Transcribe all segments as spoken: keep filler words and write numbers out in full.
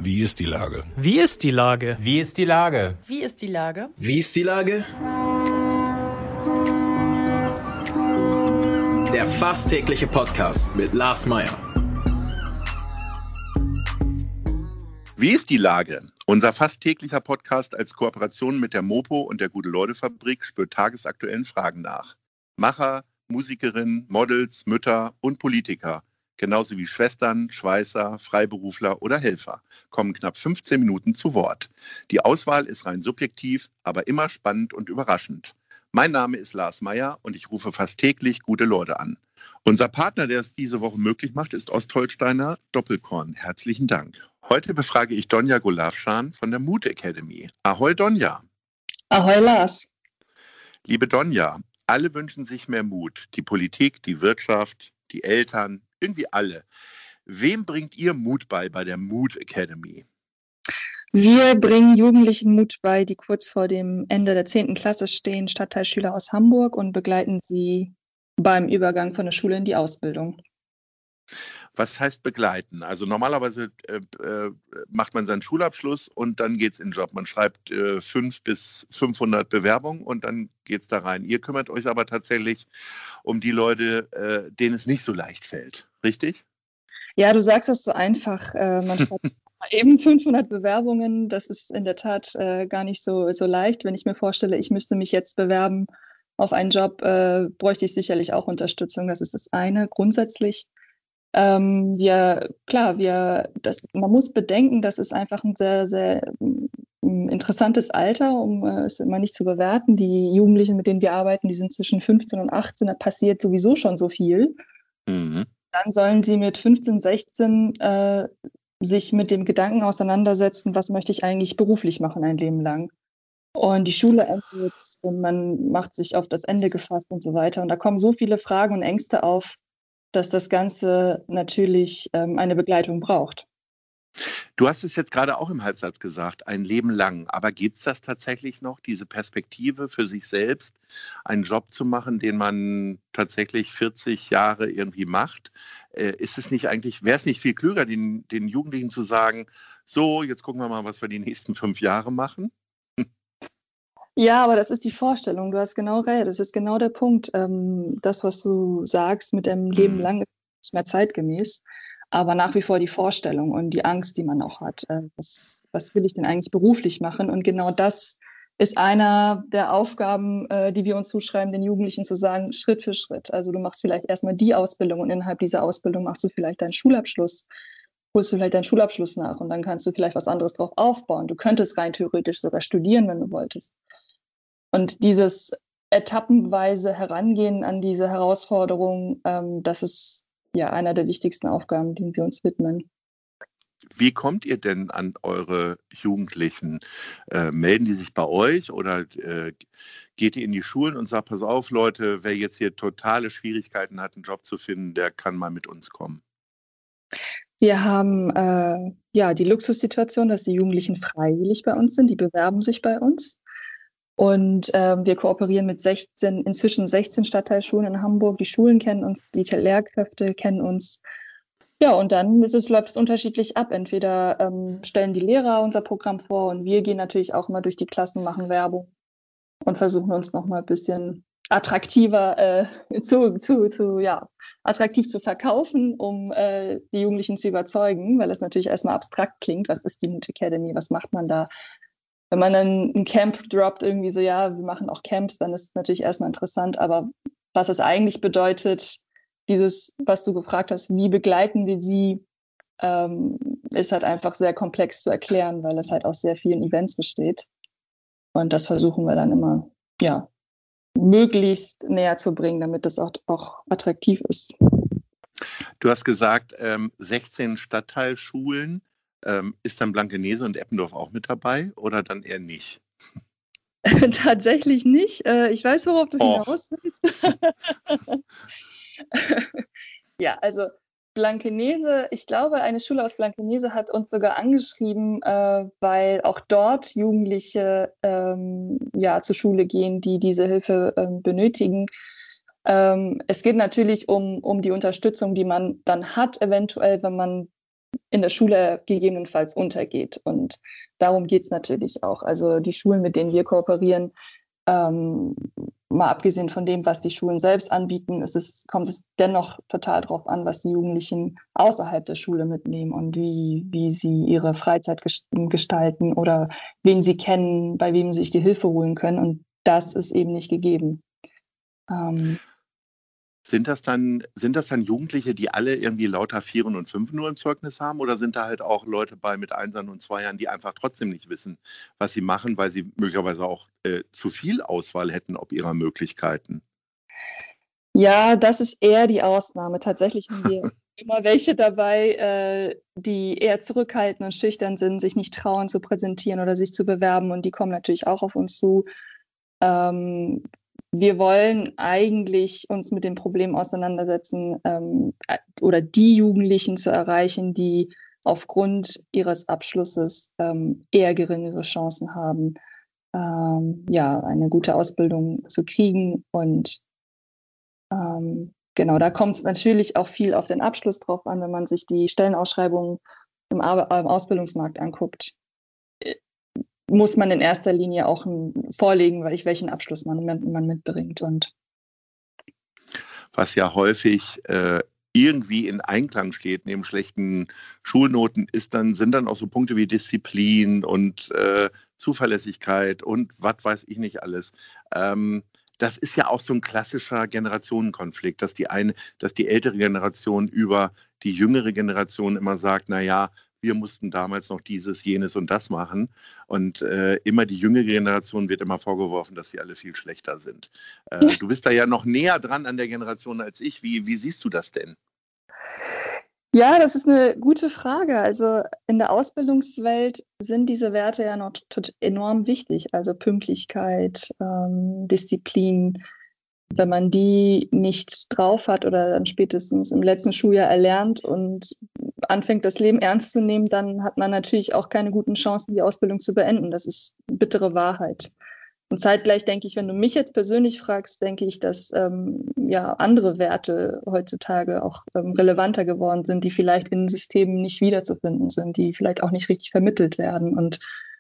Wie ist die Lage? Wie ist die Lage? Wie ist die Lage? Wie ist die Lage? Wie ist die Lage? Der fast tägliche Podcast mit Lars Meyer. Wie ist die Lage? Unser fast täglicher Podcast als Kooperation mit der Mopo und der Gute-Leute-Fabrik spürt tagesaktuellen Fragen nach. Macher, Musikerinnen, Models, Mütter und Politiker, genauso wie Schwestern, Schweißer, Freiberufler oder Helfer, kommen knapp fünfzehn Minuten zu Wort. Die Auswahl ist rein subjektiv, aber immer spannend und überraschend. Mein Name ist Lars Meyer und ich rufe fast täglich gute Leute an. Unser Partner, der es diese Woche möglich macht, ist Ostholsteiner Doppelkorn. Herzlichen Dank. Heute befrage ich Donja Golavschan von der Mood Academy. Ahoi Donja. Ahoi Lars. Liebe Donja, alle wünschen sich mehr Mut. Die Politik, die Wirtschaft, die Eltern, irgendwie alle. Wem bringt ihr Mut bei bei der Mood Academy? Wir bringen Jugendlichen Mut bei, die kurz vor dem Ende der zehnten Klasse stehen, Stadtteilschüler aus Hamburg, und begleiten sie beim Übergang von der Schule in die Ausbildung. Was heißt begleiten? Also normalerweise äh, äh, macht man seinen Schulabschluss und dann geht es in den Job. Man schreibt äh, fünf bis fünfhundert Bewerbungen und dann geht es da rein. Ihr kümmert euch aber tatsächlich um die Leute, äh, denen es nicht so leicht fällt. Richtig? Ja, du sagst es so einfach. Äh, man schreibt eben fünfhundert Bewerbungen. Das ist in der Tat äh, gar nicht so, so leicht. Wenn ich mir vorstelle, ich müsste mich jetzt bewerben auf einen Job, äh, bräuchte ich sicherlich auch Unterstützung. Das ist das eine. Grundsätzlich Ähm, wir, klar, wir, das, man muss bedenken, das ist einfach ein sehr, sehr um, interessantes Alter, um äh, es immer nicht zu bewerten. Die Jugendlichen, mit denen wir arbeiten, die sind zwischen fünfzehn und achtzehn, da passiert sowieso schon so viel. Mhm. Dann sollen sie mit fünfzehn, sechzehn äh, sich mit dem Gedanken auseinandersetzen, was möchte ich eigentlich beruflich machen ein Leben lang. Und die Schule endet und man macht sich auf das Ende gefasst und so weiter. Und da kommen so viele Fragen und Ängste auf, dass das Ganze natürlich ähm, eine Begleitung braucht. Du hast es jetzt gerade auch im Halbsatz gesagt, ein Leben lang. Aber gibt es das tatsächlich noch, diese Perspektive für sich selbst, einen Job zu machen, den man tatsächlich vierzig Jahre irgendwie macht? Äh, ist es nicht eigentlich, wäre es nicht viel klüger, den, den Jugendlichen zu sagen, so, jetzt gucken wir mal, was wir die nächsten fünf Jahre machen? Ja, aber das ist die Vorstellung. Du hast genau recht. Das ist genau der Punkt. Ähm, das, was du sagst mit dem Leben lang, ist nicht mehr zeitgemäß. Aber nach wie vor die Vorstellung und die Angst, die man auch hat. Äh, was, was will ich denn eigentlich beruflich machen? Und genau das ist einer der Aufgaben, äh, die wir uns zuschreiben, den Jugendlichen zu sagen, Schritt für Schritt. Also du machst vielleicht erstmal die Ausbildung und innerhalb dieser Ausbildung machst du vielleicht deinen Schulabschluss. Holst du vielleicht deinen Schulabschluss nach und dann kannst du vielleicht was anderes drauf aufbauen. Du könntest rein theoretisch sogar studieren, wenn du wolltest. Und dieses etappenweise Herangehen an diese Herausforderung, ähm, das ist ja einer der wichtigsten Aufgaben, denen wir uns widmen. Wie kommt ihr denn an eure Jugendlichen? Äh, melden die sich bei euch oder äh, geht ihr in die Schulen und sagt, pass auf Leute, wer jetzt hier totale Schwierigkeiten hat, einen Job zu finden, der kann mal mit uns kommen? Wir haben äh, ja die Luxussituation, dass die Jugendlichen freiwillig bei uns sind, die bewerben sich bei uns. Und ähm, wir kooperieren mit sechzehn, inzwischen sechzehn Stadtteilschulen in Hamburg. Die Schulen kennen uns, die Lehrkräfte kennen uns. Ja, und dann ist es, läuft es unterschiedlich ab. Entweder ähm, stellen die Lehrer unser Programm vor und wir gehen natürlich auch immer durch die Klassen, machen Werbung und versuchen uns noch mal ein bisschen attraktiver äh, zu, zu, zu, ja, attraktiv zu verkaufen, um äh, die Jugendlichen zu überzeugen, weil es natürlich erstmal abstrakt klingt. Was ist die Mood Academy? Was macht man da? Wenn man dann ein Camp droppt, irgendwie so, ja, wir machen auch Camps, dann ist es natürlich erstmal interessant. Aber was es eigentlich bedeutet, dieses, was du gefragt hast, wie begleiten wir sie, ähm, ist halt einfach sehr komplex zu erklären, weil es halt aus sehr vielen Events besteht. Und das versuchen wir dann immer, ja, möglichst näher zu bringen, damit das auch, auch attraktiv ist. Du hast gesagt, ähm, sechzehn Stadtteilschulen. Ähm, ist dann Blankenese und Eppendorf auch mit dabei oder dann eher nicht? Tatsächlich nicht. Äh, ich weiß, worauf du Och. hinaus willst. Ja, also Blankenese, ich glaube, eine Schule aus Blankenese hat uns sogar angeschrieben, äh, weil auch dort Jugendliche ähm, ja, zur Schule gehen, die diese Hilfe ähm, benötigen. Ähm, es geht natürlich um, um die Unterstützung, die man dann hat, eventuell, wenn man in der Schule gegebenenfalls untergeht. Und darum geht es natürlich auch. Also die Schulen, mit denen wir kooperieren, ähm, mal abgesehen von dem, was die Schulen selbst anbieten, ist es, kommt es dennoch total drauf an, was die Jugendlichen außerhalb der Schule mitnehmen und wie, wie sie ihre Freizeit gestalten oder wen sie kennen, bei wem sie sich die Hilfe holen können. Und das ist eben nicht gegeben. Ähm, Sind das dann, sind das dann Jugendliche, die alle irgendwie lauter Vieren und Fünfen nur im Zeugnis haben? Oder sind da halt auch Leute bei mit Einsern und Zweiern, die einfach trotzdem nicht wissen, was sie machen, weil sie möglicherweise auch äh, zu viel Auswahl hätten ob ihrer Möglichkeiten? Ja, das ist eher die Ausnahme. Tatsächlich haben wir immer welche dabei, äh, die eher zurückhaltend und schüchtern sind, sich nicht trauen zu präsentieren oder sich zu bewerben. Und die kommen natürlich auch auf uns zu. Ähm, Wir wollen eigentlich uns mit dem Problem auseinandersetzen ähm, oder die Jugendlichen zu erreichen, die aufgrund ihres Abschlusses ähm, eher geringere Chancen haben, ähm, ja, eine gute Ausbildung zu kriegen. Und ähm, genau, da kommt es natürlich auch viel auf den Abschluss drauf an, wenn man sich die Stellenausschreibungen im, Ar- im Ausbildungsmarkt anguckt. Muss man in erster Linie auch vorlegen, weil ich welchen Abschluss man, man mitbringt. Und was ja häufig äh, irgendwie in Einklang steht, neben schlechten Schulnoten, ist dann, sind dann auch so Punkte wie Disziplin und äh, Zuverlässigkeit und was weiß ich nicht alles. Ähm, das ist ja auch so ein klassischer Generationenkonflikt, dass die eine, dass die ältere Generation über die jüngere Generation immer sagt, naja, wir mussten damals noch dieses, jenes und das machen. Und äh, immer die jüngere Generation wird immer vorgeworfen, dass sie alle viel schlechter sind. Äh, du bist da ja noch näher dran an der Generation als ich. Wie, wie siehst du das denn? Ja, das ist eine gute Frage. Also in der Ausbildungswelt sind diese Werte ja noch tot- enorm wichtig. Also Pünktlichkeit, ähm, Disziplin. Wenn man die nicht drauf hat oder dann spätestens im letzten Schuljahr erlernt und anfängt, das Leben ernst zu nehmen, dann hat man natürlich auch keine guten Chancen, die Ausbildung zu beenden. Das ist bittere Wahrheit. Und zeitgleich denke ich, wenn du mich jetzt persönlich fragst, denke ich, dass ähm, ja andere Werte heutzutage auch ähm, relevanter geworden sind, die vielleicht in Systemen nicht wiederzufinden sind, die vielleicht auch nicht richtig vermittelt werden. Und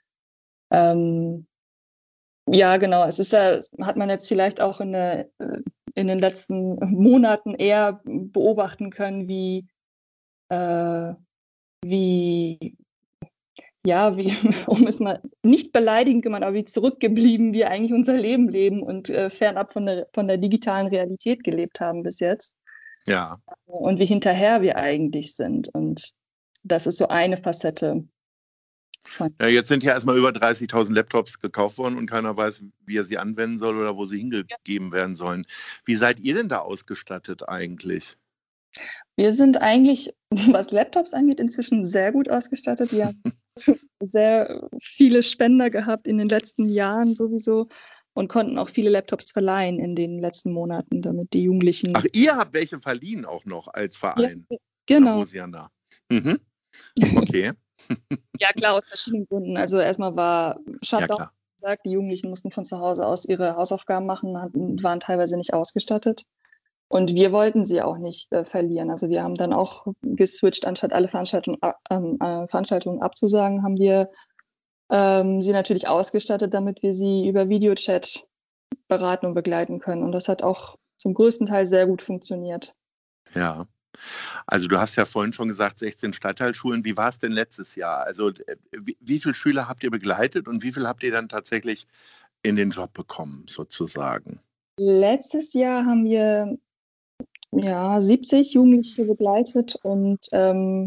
ähm, ja, genau. Es ist ja, hat man jetzt vielleicht auch in, der, in den letzten Monaten eher beobachten können, wie, äh, wie, ja, wie, um es mal nicht beleidigend gemacht, aber wie zurückgeblieben wir eigentlich unser Leben leben und äh, fernab von der, von der digitalen Realität gelebt haben bis jetzt. Ja. Und wie hinterher wir eigentlich sind. Und das ist so eine Facette. Ja, jetzt sind ja erstmal über dreißigtausend Laptops gekauft worden und keiner weiß, wie er sie anwenden soll oder wo sie hingegeben werden sollen. Wie seid ihr denn da ausgestattet eigentlich? Wir sind eigentlich, was Laptops angeht, inzwischen sehr gut ausgestattet. Wir haben sehr viele Spender gehabt in den letzten Jahren sowieso und konnten auch viele Laptops verleihen in den letzten Monaten, damit die Jugendlichen... Ach, ihr habt welche verliehen auch noch als Verein? Ja, genau. Mhm. Okay. Ja, klar, aus verschiedenen Gründen. Also erstmal war Shutdown Ja, gesagt, die Jugendlichen mussten von zu Hause aus ihre Hausaufgaben machen, hatten, waren teilweise nicht ausgestattet. Und wir wollten sie auch nicht äh, verlieren. Also wir haben dann auch geswitcht, anstatt alle Veranstaltungen, äh, Veranstaltungen abzusagen, haben wir ähm, sie natürlich ausgestattet, damit wir sie über Videochat beraten und begleiten können. Und das hat auch zum größten Teil sehr gut funktioniert. Ja. Also du hast ja vorhin schon gesagt, sechzehn Stadtteilschulen. Wie war es denn letztes Jahr? Also wie, wie viele Schüler habt ihr begleitet und wie viel habt ihr dann tatsächlich in den Job bekommen, sozusagen? Letztes Jahr haben wir ja siebzig Jugendliche begleitet und ähm,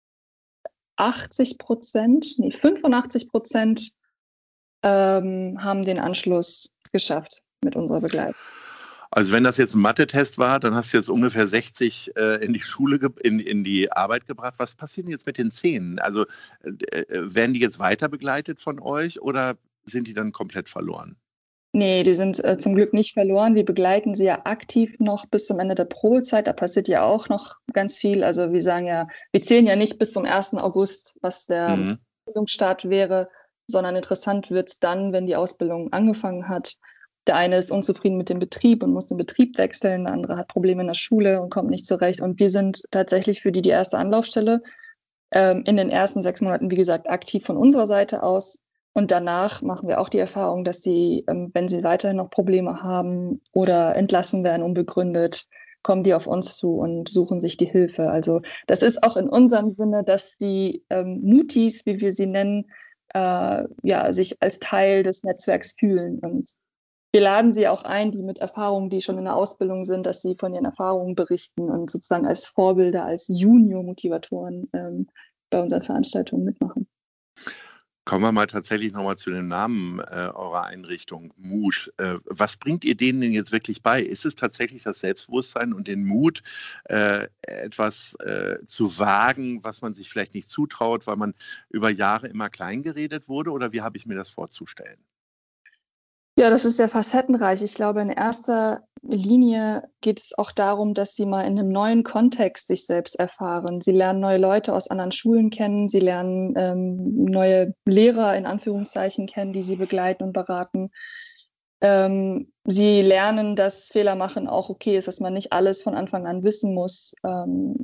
achtzig Prozent, nee, fünfundachtzig Prozent ähm, haben den Anschluss geschafft mit unserer Begleitung. Also wenn das jetzt ein Mathe-Test war, dann hast du jetzt ungefähr sechzig äh, in die Schule, in, in die Arbeit gebracht. Was passiert denn jetzt mit den zehn? Also äh, werden die jetzt weiter begleitet von euch oder sind die dann komplett verloren? Nee, die sind äh, zum Glück nicht verloren. Wir begleiten sie ja aktiv noch bis zum Ende der Probezeit. Da passiert ja auch noch ganz viel. Also wir sagen ja, wir zählen ja nicht bis zum ersten August, was der Mhm. Ausbildungsstart wäre, sondern interessant wird es dann, wenn die Ausbildung angefangen hat. Der eine ist unzufrieden mit dem Betrieb und muss den Betrieb wechseln, der andere hat Probleme in der Schule und kommt nicht zurecht. Und wir sind tatsächlich für die die erste Anlaufstelle ähm, in den ersten sechs Monaten, wie gesagt, aktiv von unserer Seite aus. Und danach machen wir auch die Erfahrung, dass sie, ähm, wenn sie weiterhin noch Probleme haben oder entlassen werden unbegründet, kommen die auf uns zu und suchen sich die Hilfe. Also das ist auch in unserem Sinne, dass die ähm, Mutis, wie wir sie nennen, äh, ja, sich als Teil des Netzwerks fühlen. Und wir laden sie auch ein, die mit Erfahrungen, die schon in der Ausbildung sind, dass sie von ihren Erfahrungen berichten und sozusagen als Vorbilder, als Junior-Motivatoren ähm, bei unseren Veranstaltungen mitmachen. Kommen wir mal tatsächlich nochmal zu dem Namen äh, eurer Einrichtung, Mut. Äh, was bringt ihr denen denn jetzt wirklich bei? Ist es tatsächlich das Selbstbewusstsein und den Mut, äh, etwas äh, zu wagen, was man sich vielleicht nicht zutraut, weil man über Jahre immer klein geredet wurde? Oder wie habe ich mir das vorzustellen? Ja, das ist sehr facettenreich. Ich glaube, in erster Linie geht es auch darum, dass sie mal in einem neuen Kontext sich selbst erfahren. Sie lernen neue Leute aus anderen Schulen kennen, sie lernen ähm, neue Lehrer in Anführungszeichen kennen, die sie begleiten und beraten. Ähm, sie lernen, dass Fehler machen auch okay ist, dass man nicht alles von Anfang an wissen muss. Ähm,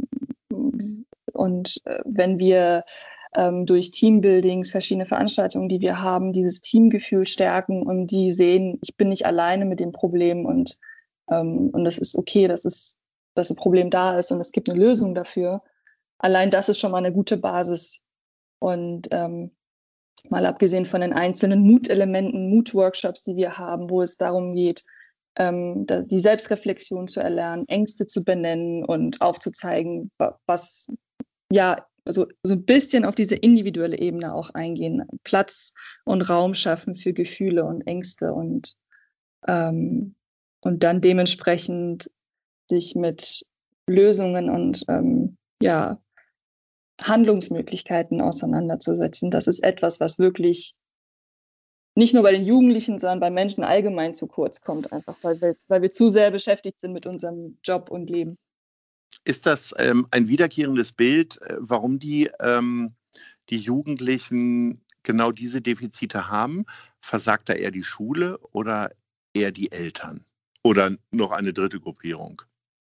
und äh, wenn wir ähm, durch Teambuildings, verschiedene Veranstaltungen, die wir haben, dieses Teamgefühl stärken und die sehen, ich bin nicht alleine mit dem Problem und, ähm, und das ist okay, dass, es, dass ein Problem da ist und es gibt eine Lösung dafür. Allein das ist schon mal eine gute Basis. Und ähm, mal abgesehen von den einzelnen Mutelementen, Mutworkshops, die wir haben, wo es darum geht, ähm, die Selbstreflexion zu erlernen, Ängste zu benennen und aufzuzeigen, was ja so, so ein bisschen auf diese individuelle Ebene auch eingehen, Platz und Raum schaffen für Gefühle und Ängste und, ähm, und dann dementsprechend sich mit Lösungen und ähm, ja, Handlungsmöglichkeiten auseinanderzusetzen. Das ist etwas, was wirklich nicht nur bei den Jugendlichen, sondern bei Menschen allgemein zu kurz kommt, einfach weil wir, weil wir zu sehr beschäftigt sind mit unserem Job und Leben. Ist das ähm, ein wiederkehrendes Bild, äh, warum die, ähm, die Jugendlichen genau diese Defizite haben? Versagt da eher die Schule oder eher die Eltern? Oder noch eine dritte Gruppierung?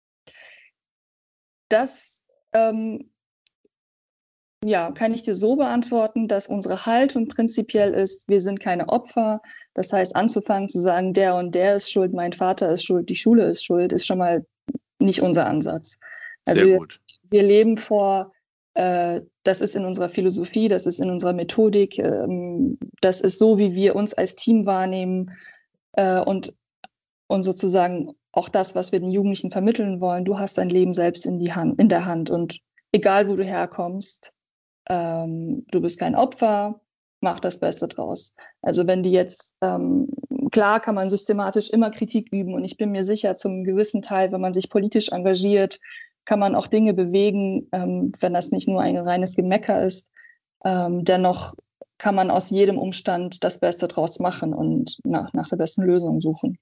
Das ähm, ja, kann ich dir so beantworten, dass unsere Haltung prinzipiell ist, wir sind keine Opfer. Das heißt, anzufangen zu sagen, der und der ist schuld, mein Vater ist schuld, die Schule ist schuld, ist schon mal nicht unser Ansatz. Also Sehr gut. Wir, wir leben vor, äh, das ist in unserer Philosophie, das ist in unserer Methodik, ähm, das ist so, wie wir uns als Team wahrnehmen äh, und, und sozusagen auch das, was wir den Jugendlichen vermitteln wollen. Du hast dein Leben selbst in, die Hand, in der Hand und egal, wo du herkommst, ähm, du bist kein Opfer, mach das Beste draus. Also wenn die jetzt, ähm, klar kann man systematisch immer Kritik üben und ich bin mir sicher, zum gewissen Teil, wenn man sich politisch engagiert, kann man auch Dinge bewegen, ähm, wenn das nicht nur ein reines Gemecker ist. Ähm, dennoch kann man aus jedem Umstand das Beste draus machen und nach, nach der besten Lösung suchen.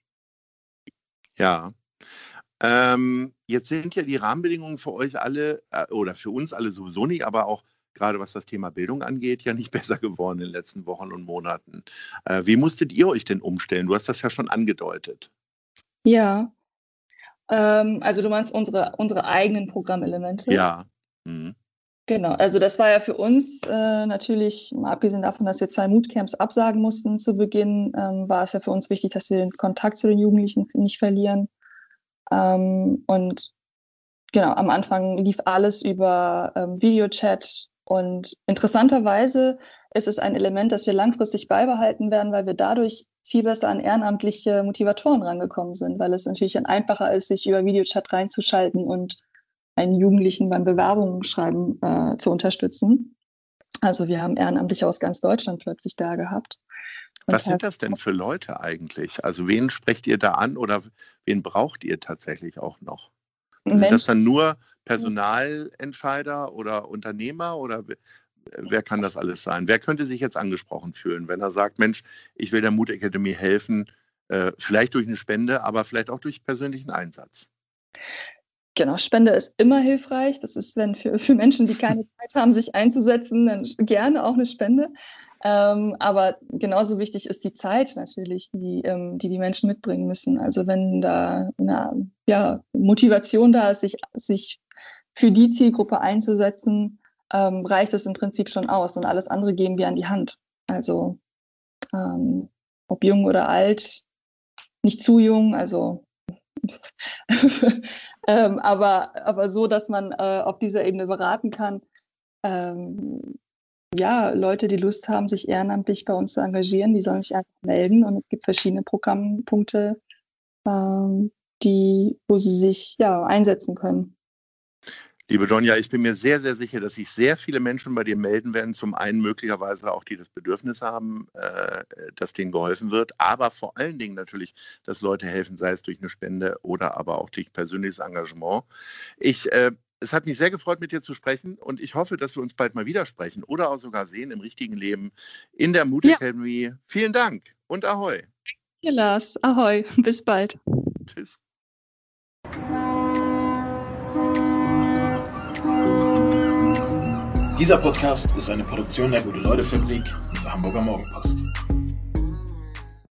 Ja. Ähm, jetzt sind ja die Rahmenbedingungen für euch alle, äh, oder für uns alle sowieso nicht, aber auch gerade was das Thema Bildung angeht, ja nicht besser geworden in den letzten Wochen und Monaten. Äh, wie musstet ihr euch denn umstellen? Du hast das ja schon angedeutet. Ja, ähm, also du meinst unsere, unsere eigenen Programmelemente? Ja. Mhm. Genau, also das war ja für uns äh, natürlich, mal abgesehen davon, dass wir zwei Moodcamps absagen mussten zu Beginn, ähm, war es ja für uns wichtig, dass wir den Kontakt zu den Jugendlichen nicht verlieren. Ähm, und genau, am Anfang lief alles über ähm, Videochat und interessanterweise ist es ein Element, das wir langfristig beibehalten werden, weil wir dadurch viel besser an ehrenamtliche Motivatoren rangekommen sind, weil es natürlich dann einfacher ist, sich über Videochat reinzuschalten und einen Jugendlichen beim Bewerbungen schreiben äh, zu unterstützen. Also wir haben Ehrenamtliche aus ganz Deutschland plötzlich da gehabt. Was sind das denn für Leute eigentlich? Also wen sprecht ihr da an oder wen braucht ihr tatsächlich auch noch? Sind Menschen, das dann nur Personalentscheider oder Unternehmer oder wer kann das alles sein? Wer könnte sich jetzt angesprochen fühlen, wenn er sagt, Mensch, ich will der Mut Academy helfen, äh, vielleicht durch eine Spende, aber vielleicht auch durch persönlichen Einsatz? Genau, Spende ist immer hilfreich. Das ist, wenn für, für Menschen, die keine Zeit haben, sich einzusetzen, dann gerne auch eine Spende. Ähm, aber genauso wichtig ist die Zeit natürlich, die, ähm, die die Menschen mitbringen müssen. Also wenn da eine ja, Motivation da ist, sich, sich für die Zielgruppe einzusetzen, ähm, reicht es im Prinzip schon aus und alles andere geben wir an die Hand. Also ähm, ob jung oder alt, nicht zu jung, also ähm, aber, aber so, dass man äh, auf dieser Ebene beraten kann. Ähm, ja, Leute, die Lust haben, sich ehrenamtlich bei uns zu engagieren, die sollen sich einfach melden und es gibt verschiedene Programmpunkte, ähm, die, wo sie sich ja einsetzen können. Liebe Donja, ich bin mir sehr, sehr sicher, dass sich sehr viele Menschen bei dir melden werden. Zum einen möglicherweise auch, die das Bedürfnis haben, äh, dass denen geholfen wird, aber vor allen Dingen natürlich, dass Leute helfen, sei es durch eine Spende oder aber auch durch persönliches Engagement. Ich, äh, es hat mich sehr gefreut, mit dir zu sprechen und ich hoffe, dass wir uns bald mal wieder sprechen oder auch sogar sehen im richtigen Leben in der Mut Ja. Academy. Vielen Dank und Ahoi. Ja, Lars, Ahoi, bis bald. Tschüss. Dieser Podcast ist eine Produktion der Gute-Leute-Fabrik und der Hamburger Morgenpost.